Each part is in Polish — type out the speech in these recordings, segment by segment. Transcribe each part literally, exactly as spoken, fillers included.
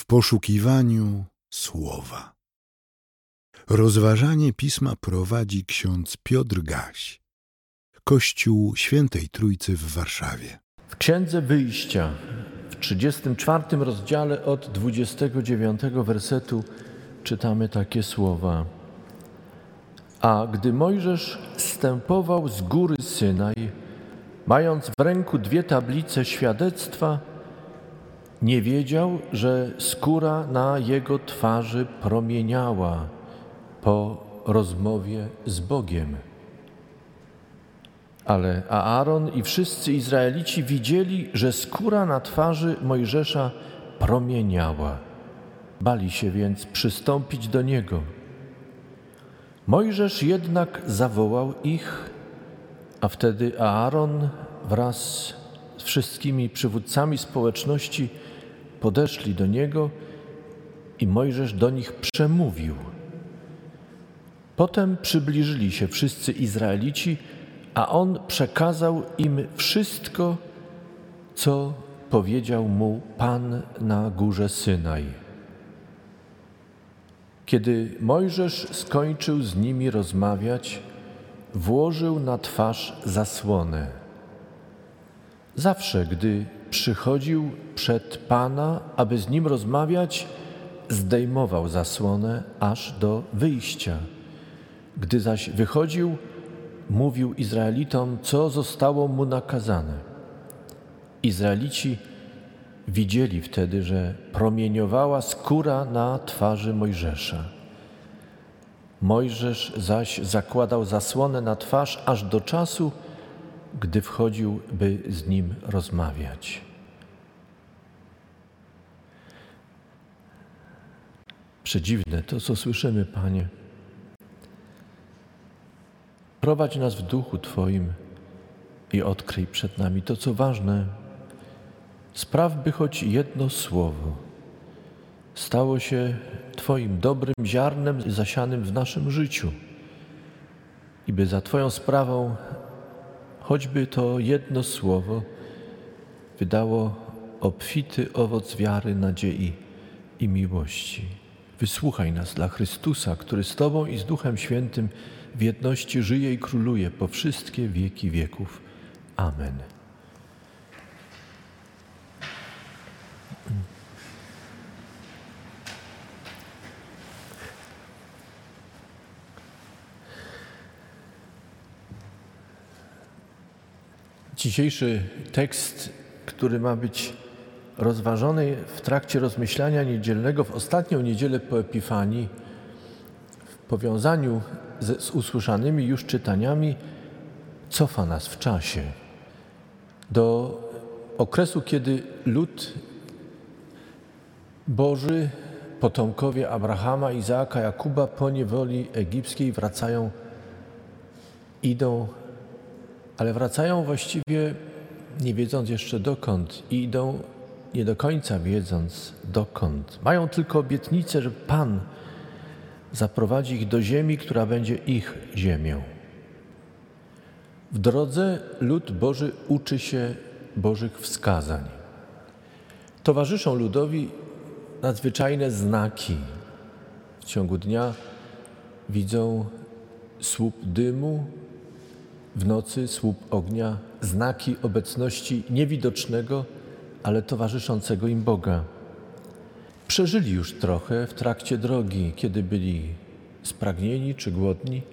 w poszukiwaniu słowa. Rozważanie pisma prowadzi ksiądz Piotr Gaś, Kościół Świętej Trójcy w Warszawie. W Księdze Wyjścia w trzydziestym czwartym rozdziale od dwudziestego dziewiątego wersetu czytamy takie słowa. A gdy Mojżesz zstępował z góry Synaj, mając w ręku dwie tablice świadectwa, nie wiedział, że skóra na jego twarzy promieniała po rozmowie z Bogiem. Ale Aaron i wszyscy Izraelici widzieli, że skóra na twarzy Mojżesza promieniała. Bali się więc przystąpić do niego. Mojżesz jednak zawołał ich, a wtedy Aaron wraz z wszystkimi przywódcami społeczności podeszli do niego i Mojżesz do nich przemówił. Potem przybliżyli się wszyscy Izraelici, a on przekazał im wszystko, co powiedział mu Pan na górze Synaj. Kiedy Mojżesz skończył z nimi rozmawiać, włożył na twarz zasłonę. Zawsze, gdy przychodził przed Pana, aby z nim rozmawiać, zdejmował zasłonę aż do wyjścia. Gdy zaś wychodził, mówił Izraelitom, co zostało mu nakazane. Izraelici widzieli wtedy, że promieniowała skóra na twarzy Mojżesza. Mojżesz zaś zakładał zasłonę na twarz aż do czasu, gdy wchodził, by z nim rozmawiać. Przedziwne to, co słyszymy, Panie. Prowadź nas w duchu Twoim i odkryj przed nami to, co ważne. Spraw, by choć jedno słowo stało się Twoim dobrym ziarnem zasianym w naszym życiu i by za Twoją sprawą choćby to jedno słowo wydało obfity owoc wiary, nadziei i miłości. Wysłuchaj nas dla Chrystusa, który z Tobą i z Duchem Świętym w jedności żyje i króluje po wszystkie wieki wieków. Amen. Dzisiejszy tekst, który ma być rozważony w trakcie rozmyślania niedzielnego w ostatnią niedzielę po Epifanii, w powiązaniu z, z usłyszanymi już czytaniami, cofa nas w czasie do okresu, kiedy lud Boży, potomkowie Abrahama, Izaaka, Jakuba po niewoli egipskiej wracają, idą, ale wracają właściwie nie wiedząc jeszcze dokąd i idą nie do końca wiedząc dokąd. Mają tylko obietnicę, że Pan zaprowadzi ich do ziemi, która będzie ich ziemią. W drodze lud Boży uczy się Bożych wskazań. Towarzyszą ludowi nadzwyczajne znaki. W ciągu dnia widzą słup dymu, w nocy słup ognia, znaki obecności niewidocznego, ale towarzyszącego im Boga. Przeżyli już trochę w trakcie drogi, kiedy byli spragnieni czy głodni,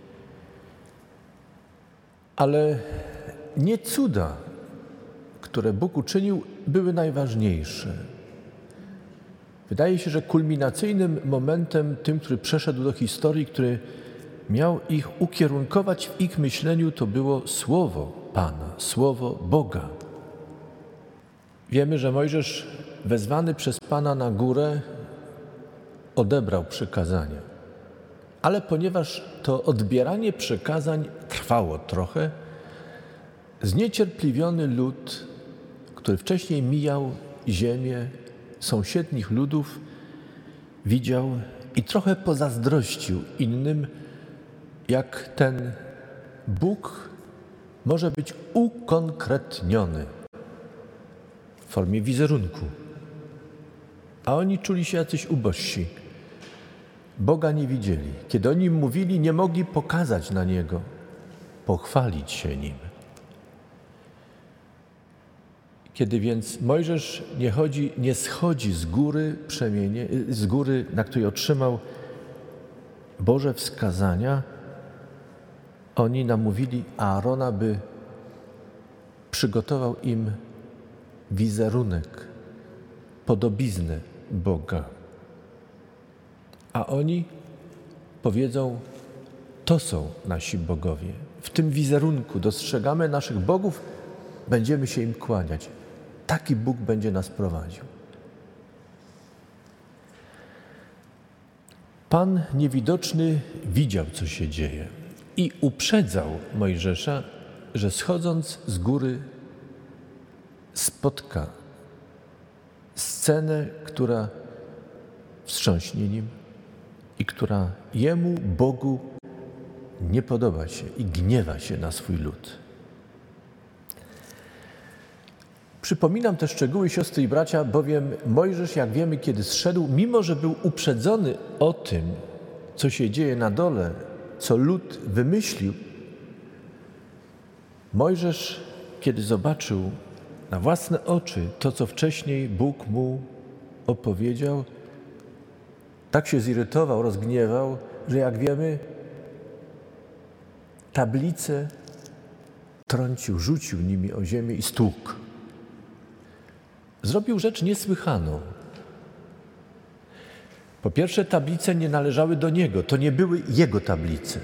ale nie cuda, które Bóg uczynił, były najważniejsze. Wydaje się, że kulminacyjnym momentem, tym, który przeszedł do historii, który miał ich ukierunkować w ich myśleniu, to było Słowo Pana, Słowo Boga. Wiemy, że Mojżesz, wezwany przez Pana na górę, odebrał przykazania. Ale ponieważ to odbieranie przykazań trwało trochę, zniecierpliwiony lud, który wcześniej mijał ziemię sąsiednich ludów, widział i trochę pozazdrościł innym, jak ten Bóg może być ukonkretniony w formie wizerunku. a oni czuli się jacyś ubożsi. Boga nie widzieli. Kiedy oni im mówili, nie mogli pokazać na Niego, pochwalić się Nim. Kiedy więc Mojżesz nie, chodzi, nie schodzi z góry, przemienie, z góry, na której otrzymał Boże wskazania, oni namówili Aarona, by przygotował im wizerunek, podobiznę Boga. A oni powiedzą, to są nasi bogowie. W tym wizerunku dostrzegamy naszych bogów, będziemy się im kłaniać. Taki Bóg będzie nas prowadził. Pan niewidoczny widział, co się dzieje i uprzedzał Mojżesza, że schodząc z góry spotka scenę, która wstrząśnie nim i która jemu, Bogu, nie podoba się i gniewa się na swój lud. Przypominam te szczegóły, siostry i bracia, bowiem Mojżesz, jak wiemy, kiedy zszedł, mimo że był uprzedzony o tym, co się dzieje na dole, co lud wymyślił, Mojżesz, kiedy zobaczył na własne oczy to, co wcześniej Bóg mu opowiedział, tak się zirytował, rozgniewał, że jak wiemy, tablice trącił, rzucił nimi o ziemię i stłukł. Zrobił rzecz niesłychaną. Po pierwsze, tablice nie należały do niego, to nie były jego tablice.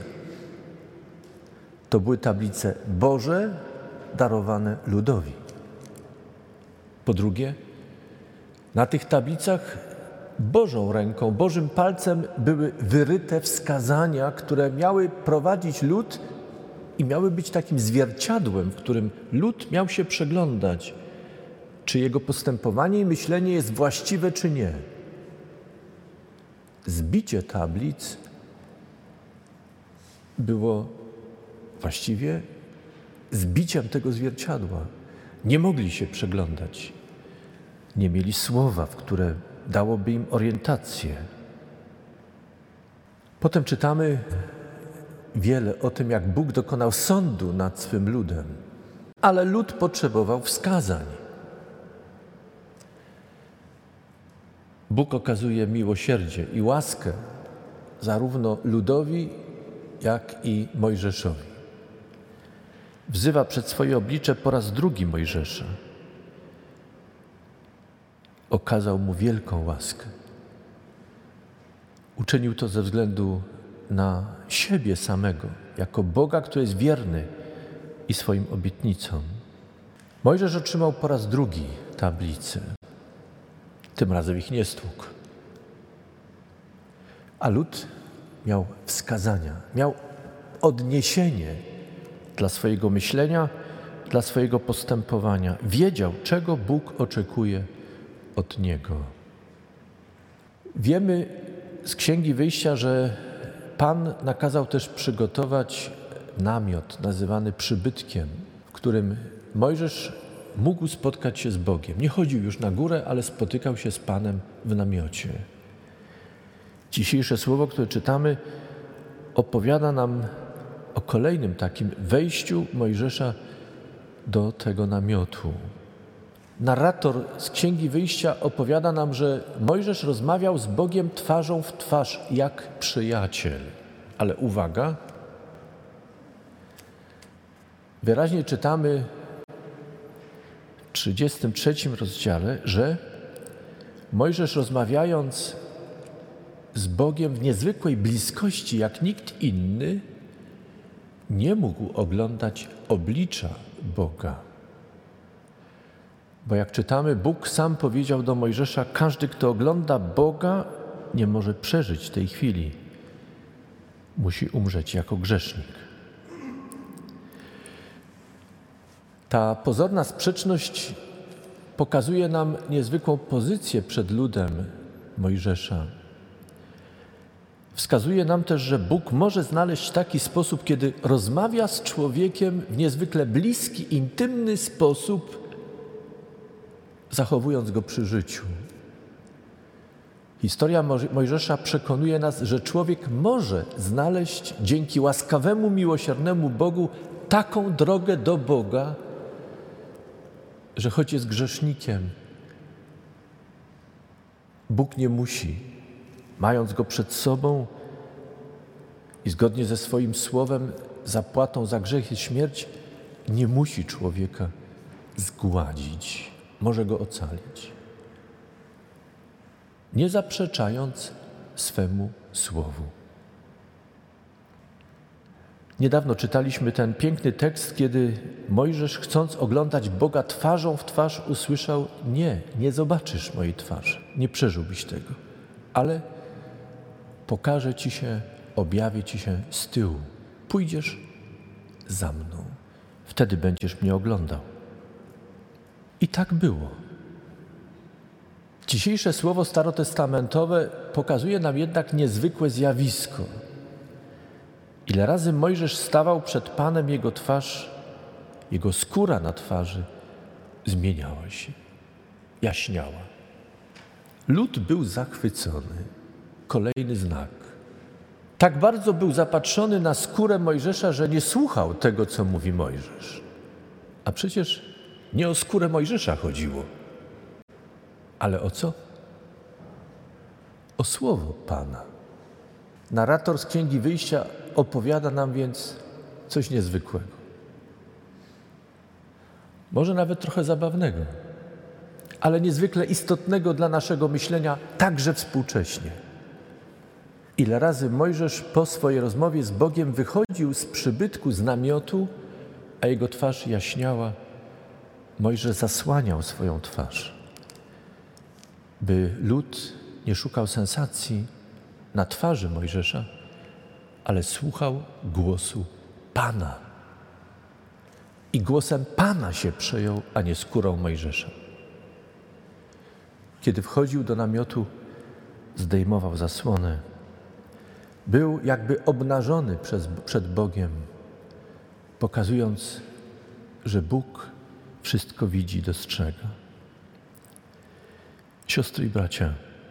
To były tablice Boże, darowane ludowi. Po drugie, na tych tablicach Bożą ręką, Bożym palcem były wyryte wskazania, które miały prowadzić lud i miały być takim zwierciadłem, w którym lud miał się przeglądać, czy jego postępowanie i myślenie jest właściwe, czy nie. Zbicie tablic było właściwie zbiciem tego zwierciadła. Nie mogli się przeglądać. Nie mieli słowa, w które dałoby im orientację. Potem czytamy wiele o tym, jak Bóg dokonał sądu nad swym ludem, ale lud potrzebował wskazań. Bóg okazuje miłosierdzie i łaskę zarówno ludowi, jak i Mojżeszowi. Wzywa przed swoje oblicze po raz drugi Mojżesza. Okazał mu wielką łaskę. Uczynił to ze względu na siebie samego, jako Boga, który jest wierny i swoim obietnicom. Mojżesz otrzymał po raz drugi tablice. Tym razem ich nie stłukł. A lud miał wskazania, miał odniesienie dla swojego myślenia, dla swojego postępowania. Wiedział, czego Bóg oczekuje od niego. Wiemy z Księgi Wyjścia, że Pan nakazał też przygotować namiot nazywany przybytkiem, w którym Mojżesz mógł spotkać się z Bogiem. Nie chodził już na górę, ale spotykał się z Panem w namiocie. Dzisiejsze słowo, które czytamy, opowiada nam o kolejnym takim wejściu Mojżesza do tego namiotu. Narrator z Księgi Wyjścia opowiada nam, że Mojżesz rozmawiał z Bogiem twarzą w twarz, jak przyjaciel. Ale uwaga, wyraźnie czytamy w trzydziestym trzecim rozdziale, że Mojżesz, rozmawiając z Bogiem w niezwykłej bliskości, jak nikt inny, nie mógł oglądać oblicza Boga. Bo jak czytamy, Bóg sam powiedział do Mojżesza: każdy, kto ogląda Boga, nie może przeżyć tej chwili. Musi umrzeć jako grzesznik. Ta pozorna sprzeczność pokazuje nam niezwykłą pozycję przed ludem Mojżesza. Wskazuje nam też, że Bóg może znaleźć taki sposób, kiedy rozmawia z człowiekiem w niezwykle bliski, intymny sposób, zachowując go przy życiu. Historia Mojżesza przekonuje nas, że człowiek może znaleźć dzięki łaskawemu, miłosiernemu Bogu taką drogę do Boga, że choć jest grzesznikiem, Bóg nie musi, mając go przed sobą i zgodnie ze swoim słowem zapłatą za grzech jest śmierć, nie musi człowieka zgładzić, może go ocalić, nie zaprzeczając swemu słowu. Niedawno czytaliśmy ten piękny tekst, kiedy Mojżesz, chcąc oglądać Boga twarzą w twarz, usłyszał: nie, nie zobaczysz mojej twarzy, nie przeżyłbyś tego, ale pokażę ci się, objawię ci się z tyłu. Pójdziesz za mną, wtedy będziesz mnie oglądał. I tak było. Dzisiejsze słowo starotestamentowe pokazuje nam jednak niezwykłe zjawisko. Ile razy Mojżesz stawał przed Panem, jego twarz, jego skóra na twarzy zmieniała się, jaśniała. Lud był zachwycony. Kolejny znak. Tak bardzo był zapatrzony na skórę Mojżesza, że nie słuchał tego, co mówi Mojżesz. A przecież nie o skórę Mojżesza chodziło. Ale o co? O słowo Pana. Narrator z Księgi Wyjścia opowiada nam więc coś niezwykłego. Może nawet trochę zabawnego, ale niezwykle istotnego dla naszego myślenia także współcześnie. Ile razy Mojżesz po swojej rozmowie z Bogiem wychodził z przybytku, z namiotu, a jego twarz jaśniała, Mojżesz zasłaniał swoją twarz, by lud nie szukał sensacji na twarzy Mojżesza, ale słuchał głosu Pana. I głosem Pana się przejął, a nie skórą Mojżesza. Kiedy wchodził do namiotu, zdejmował zasłonę. Był jakby obnażony przez, przed Bogiem, pokazując, że Bóg wszystko widzi, dostrzega. Siostry i bracia,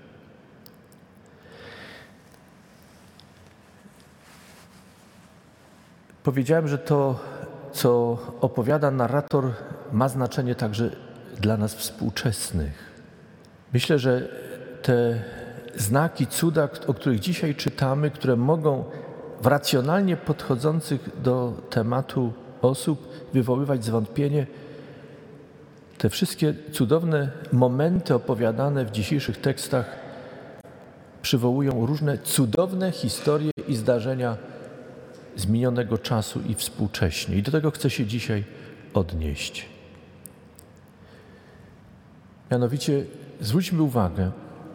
powiedziałem, że to, co opowiada narrator, ma znaczenie także dla nas współczesnych. Myślę, że te znaki, cuda, o których dzisiaj czytamy, które mogą w racjonalnie podchodzących do tematu osób wywoływać zwątpienie, te wszystkie cudowne momenty opowiadane w dzisiejszych tekstach przywołują różne cudowne historie i zdarzenia z minionego czasu i współcześnie. I do tego chcę się dzisiaj odnieść. Mianowicie zwróćmy uwagę,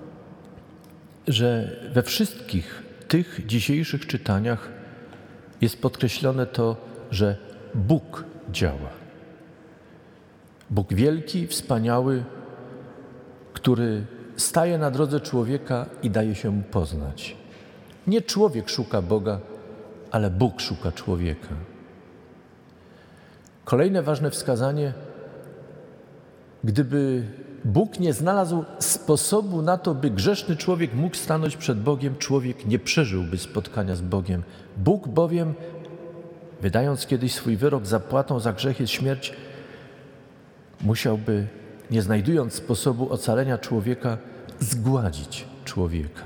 że we wszystkich tych dzisiejszych czytaniach jest podkreślone to, że Bóg działa. Bóg wielki, wspaniały, który staje na drodze człowieka i daje się mu poznać. Nie człowiek szuka Boga, ale Bóg szuka człowieka. Kolejne ważne wskazanie: gdyby Bóg nie znalazł sposobu na to, by grzeszny człowiek mógł stanąć przed Bogiem, człowiek nie przeżyłby spotkania z Bogiem. Bóg bowiem, wydając kiedyś swój wyrok zapłatą za grzech jest śmierć, musiałby, nie znajdując sposobu ocalenia człowieka, zgładzić człowieka.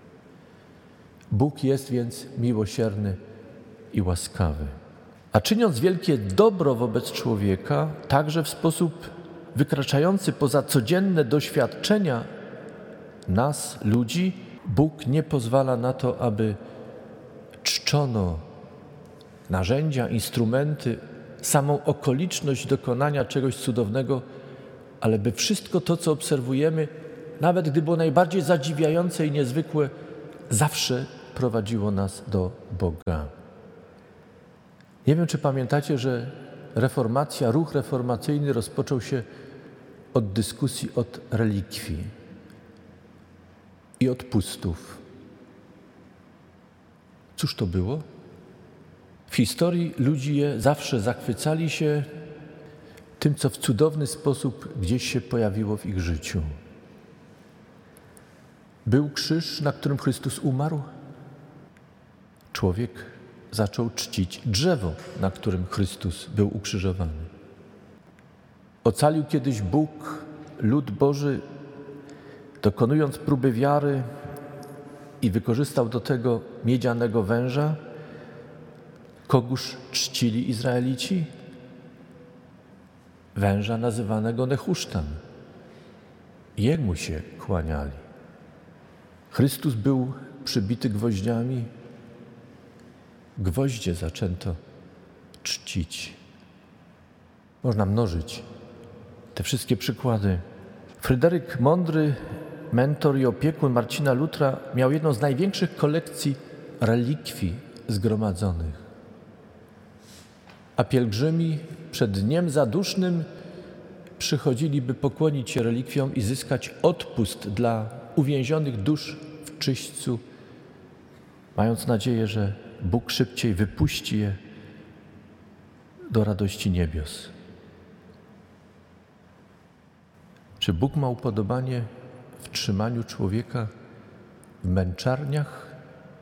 Bóg jest więc miłosierny i łaskawy. A czyniąc wielkie dobro wobec człowieka, także w sposób wykraczający poza codzienne doświadczenia nas, ludzi, Bóg nie pozwala na to, aby czczono narzędzia, instrumenty, samą okoliczność dokonania czegoś cudownego, ale by wszystko to, co obserwujemy, nawet gdy było najbardziej zadziwiające i niezwykłe, zawsze prowadziło nas do Boga. Nie wiem, czy pamiętacie, że reformacja, ruch reformacyjny rozpoczął się od dyskusji od relikwii i odpustów. Cóż to było? W historii ludzie zawsze zachwycali się tym, co w cudowny sposób gdzieś się pojawiło w ich życiu. Był krzyż, na którym Chrystus umarł. Człowiek zaczął czcić drzewo, na którym Chrystus był ukrzyżowany. Ocalił kiedyś Bóg lud Boży, dokonując próby wiary i wykorzystał do tego miedzianego węża. Kogóż czcili Izraelici? Węża nazywanego Nehusztan. Jemu się kłaniali. Chrystus był przybity gwoździami. Gwoździe zaczęto czcić. Można mnożyć te wszystkie przykłady. Fryderyk Mądry, mentor i opiekun Marcina Lutra, miał jedną z największych kolekcji relikwii zgromadzonych. A pielgrzymi przed dniem zadusznym przychodzili, by pokłonić się relikwiom i zyskać odpust dla uwięzionych dusz w czyśćcu, mając nadzieję, że Bóg szybciej wypuści je do radości niebios. Czy Bóg ma upodobanie w trzymaniu człowieka w męczarniach?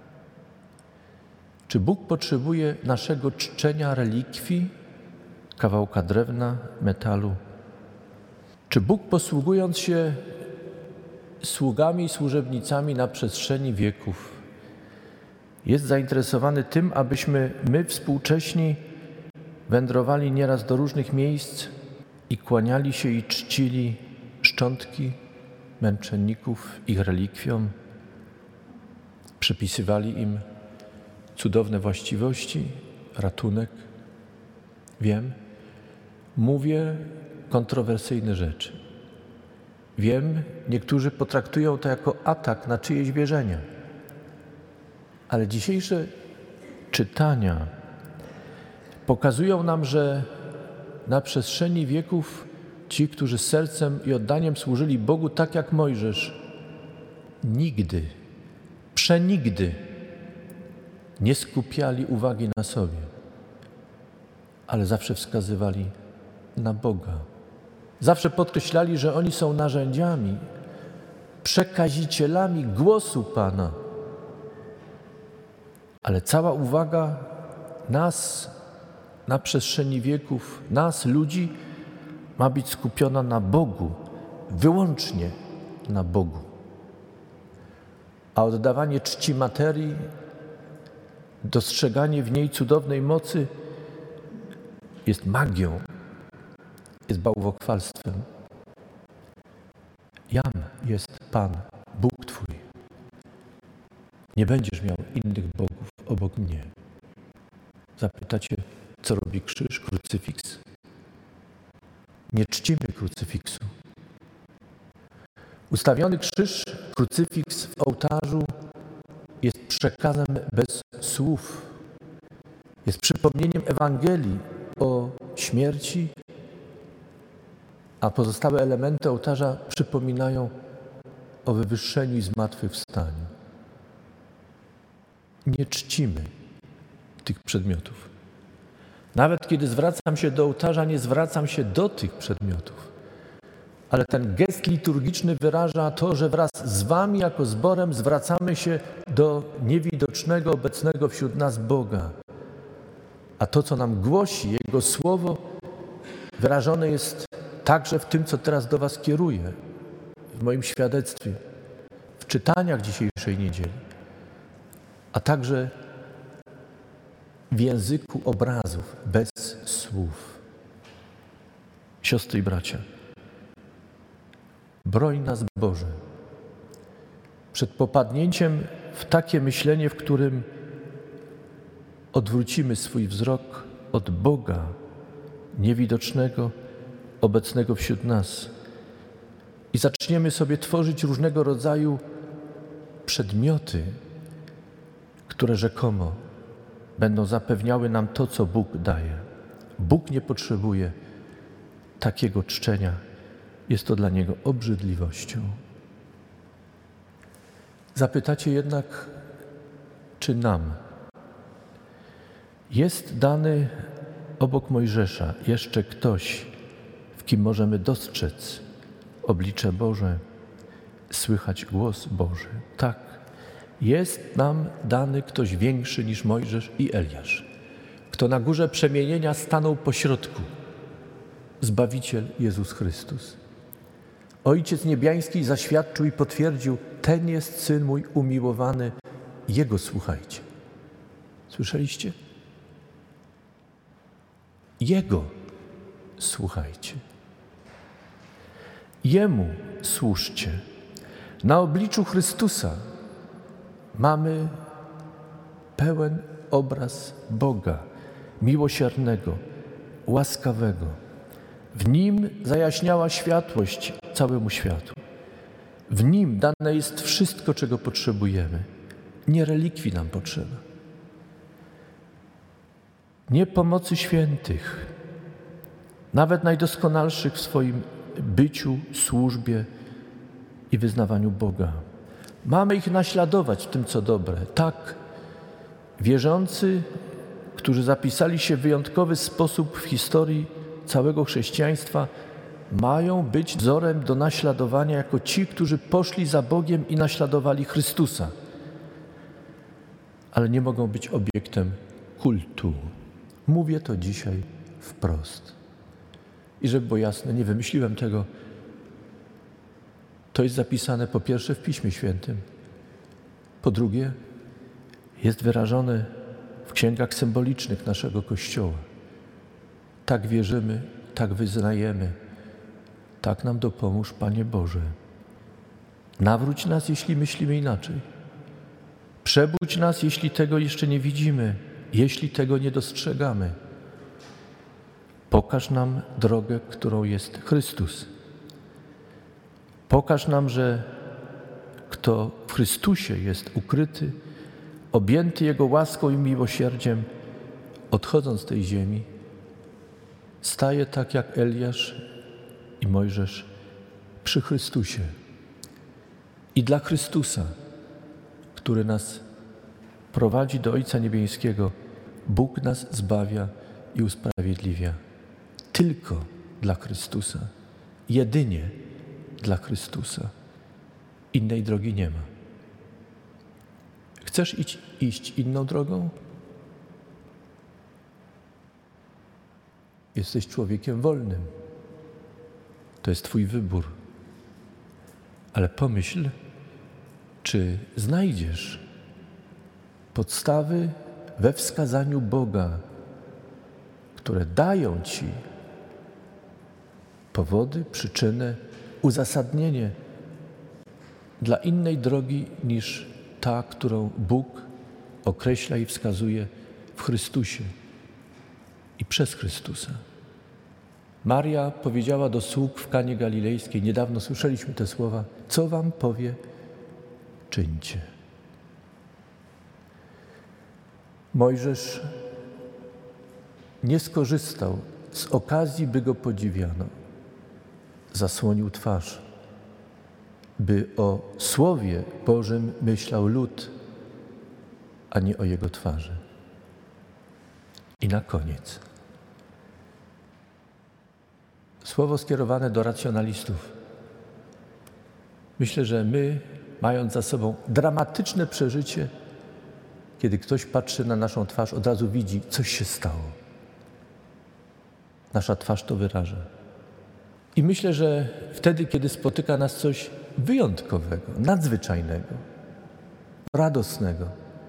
Czy Bóg potrzebuje naszego czczenia relikwii, kawałka drewna, metalu? Czy Bóg, posługując się sługami i służebnicami na przestrzeni wieków, jest zainteresowany tym, abyśmy my współcześni wędrowali nieraz do różnych miejsc i kłaniali się i czcili szczątki męczenników, ich relikwiom, przypisywali im cudowne właściwości, ratunek? Wiem, mówię kontrowersyjne rzeczy. Wiem, niektórzy potraktują to jako atak na czyjeś wierzenia. Ale dzisiejsze czytania pokazują nam, że na przestrzeni wieków ci, którzy sercem i oddaniem służyli Bogu tak jak Mojżesz, nigdy, przenigdy nie skupiali uwagi na sobie, ale zawsze wskazywali na Boga. Zawsze podkreślali, że oni są narzędziami, przekazicielami głosu Pana. Ale cała uwaga nas na przestrzeni wieków, nas, ludzi, ma być skupiona na Bogu, wyłącznie na Bogu. A oddawanie czci materii, dostrzeganie w niej cudownej mocy jest magią, jest bałwochwalstwem. Jam jest Pan, Bóg Twój. Nie będziesz miał innych bogów obok mnie. Zapytacie, co robi krzyż, krucyfiks? Nie czcimy krucyfiksu. Ustawiony krzyż, krucyfiks w ołtarzu jest przekazem bez słów. Jest przypomnieniem Ewangelii o śmierci, a pozostałe elementy ołtarza przypominają o wywyższeniu i zmartwychwstaniu. Nie czcimy tych przedmiotów. Nawet kiedy zwracam się do ołtarza, nie zwracam się do tych przedmiotów. Ale ten gest liturgiczny wyraża to, że wraz z wami jako zborem zwracamy się do niewidocznego, obecnego wśród nas Boga. A to, co nam głosi, Jego Słowo, wyrażone jest także w tym, co teraz do was kieruję, w moim świadectwie, w czytaniach dzisiejszej niedzieli, a także w języku obrazów, bez słów. Siostry i bracia, broń nas, Boże, przed popadnięciem w takie myślenie, w którym odwrócimy swój wzrok od Boga niewidocznego, obecnego wśród nas i zaczniemy sobie tworzyć różnego rodzaju przedmioty, które rzekomo będą zapewniały nam to, co Bóg daje. Bóg nie potrzebuje takiego czczenia. Jest to dla Niego obrzydliwością. Zapytacie jednak, czy nam jest dany obok Mojżesza jeszcze ktoś, w kim możemy dostrzec oblicze Boże, słychać głos Boży. Tak, jest nam dany ktoś większy niż Mojżesz i Eliasz, kto na górze przemienienia stanął pośrodku. Zbawiciel Jezus Chrystus. Ojciec Niebiański zaświadczył i potwierdził, ten jest Syn mój umiłowany, Jego słuchajcie. Słyszeliście? Jego słuchajcie. Jemu służcie. Na obliczu Chrystusa mamy pełen obraz Boga, miłosiernego, łaskawego. W Nim zajaśniała światłość całemu światu. W Nim dane jest wszystko, czego potrzebujemy. Nie relikwii nam potrzeba. Nie pomocy świętych, nawet najdoskonalszych w swoim byciu, służbie i wyznawaniu Boga. Mamy ich naśladować w tym, co dobre. Tak, wierzący, którzy zapisali się w wyjątkowy sposób w historii całego chrześcijaństwa, mają być wzorem do naśladowania jako ci, którzy poszli za Bogiem i naśladowali Chrystusa. Ale nie mogą być obiektem kultu. Mówię to dzisiaj wprost. I żeby było jasne, nie wymyśliłem tego. To jest zapisane po pierwsze w Piśmie Świętym. Po drugie, jest wyrażone w księgach symbolicznych naszego Kościoła. Tak wierzymy, tak wyznajemy. Tak nam dopomóż, Panie Boże. Nawróć nas, jeśli myślimy inaczej. Przebudź nas, jeśli tego jeszcze nie widzimy, jeśli tego nie dostrzegamy. Pokaż nam drogę, którą jest Chrystus. Pokaż nam, że kto w Chrystusie jest ukryty, objęty Jego łaską i miłosierdziem, odchodząc z tej ziemi, staje tak jak Eliasz i Mojżesz przy Chrystusie. I dla Chrystusa, który nas prowadzi do Ojca Niebieskiego, Bóg nas zbawia i usprawiedliwia. Tylko dla Chrystusa. Jedynie dla Chrystusa. Innej drogi nie ma. Chcesz iść, iść inną drogą? Jesteś człowiekiem wolnym. To jest Twój wybór. Ale pomyśl, czy znajdziesz podstawy we wskazaniu Boga, które dają Ci powody, przyczynę, uzasadnienie dla innej drogi niż ta, którą Bóg określa i wskazuje w Chrystusie i przez Chrystusa. Maria powiedziała do sług w Kanie Galilejskiej, niedawno słyszeliśmy te słowa, co wam powie, czyńcie. Mojżesz nie skorzystał z okazji, by go podziwiano. Zasłonił twarz, by o Słowie Bożym myślał lud, a nie o jego twarzy. I na koniec. Słowo skierowane do racjonalistów. Myślę, że my, mając za sobą dramatyczne przeżycie, kiedy ktoś patrzy na naszą twarz, od razu widzi, coś się stało. Nasza twarz to wyraża. I myślę, że wtedy, kiedy spotyka nas coś wyjątkowego, nadzwyczajnego, radosnego,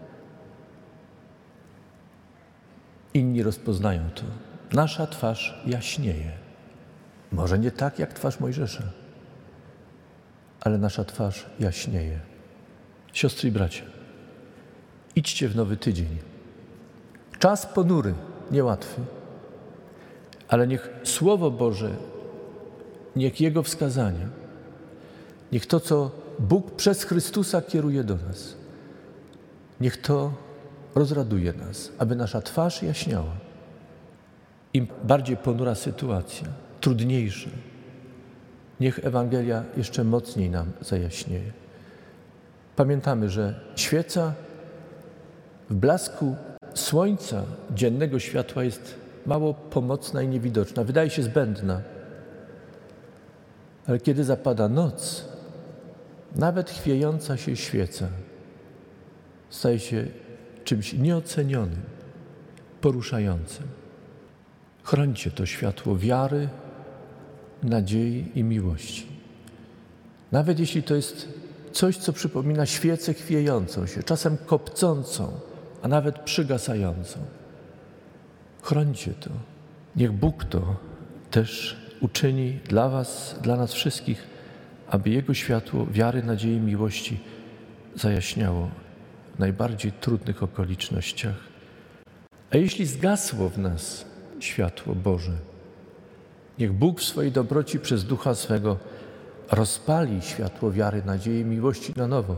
inni rozpoznają to. Nasza twarz jaśnieje. Może nie tak jak twarz Mojżesza, ale nasza twarz jaśnieje. Siostry i bracia, idźcie w nowy tydzień. Czas ponury, niełatwy, ale niech Słowo Boże, niech Jego wskazania, niech to, co Bóg przez Chrystusa kieruje do nas, niech to rozraduje nas, aby nasza twarz jaśniała. Im bardziej ponura sytuacja, trudniejsza, niech Ewangelia jeszcze mocniej nam zajaśnieje. Pamiętamy, że świeca w blasku słońca, dziennego światła jest mało pomocna i niewidoczna. Wydaje się zbędna. Ale kiedy zapada noc, nawet chwiejąca się świeca staje się czymś nieocenionym, poruszającym. Chrońcie to światło wiary, nadziei i miłości. Nawet jeśli to jest coś, co przypomina świecę chwiejącą się, czasem kopcącą, a nawet przygasającą. Chrońcie to. Niech Bóg to też uczyni dla was, dla nas wszystkich, aby Jego światło wiary, nadziei i miłości zajaśniało w najbardziej trudnych okolicznościach. A jeśli zgasło w nas światło Boże, niech Bóg w swojej dobroci przez Ducha swego rozpali światło wiary, nadziei i miłości na nowo,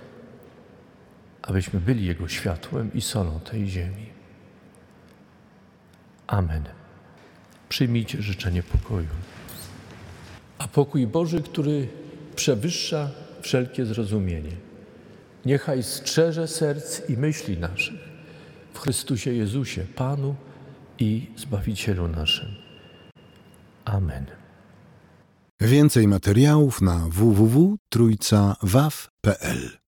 abyśmy byli Jego światłem i solą tej ziemi. Amen. Przyjmijcie życzenie pokoju. A pokój Boży, który przewyższa wszelkie zrozumienie, niechaj strzeże serc i myśli naszych w Chrystusie Jezusie, Panu i Zbawicielu naszym. Amen. Więcej materiałów na w w w kropka trójca waw kropka p l.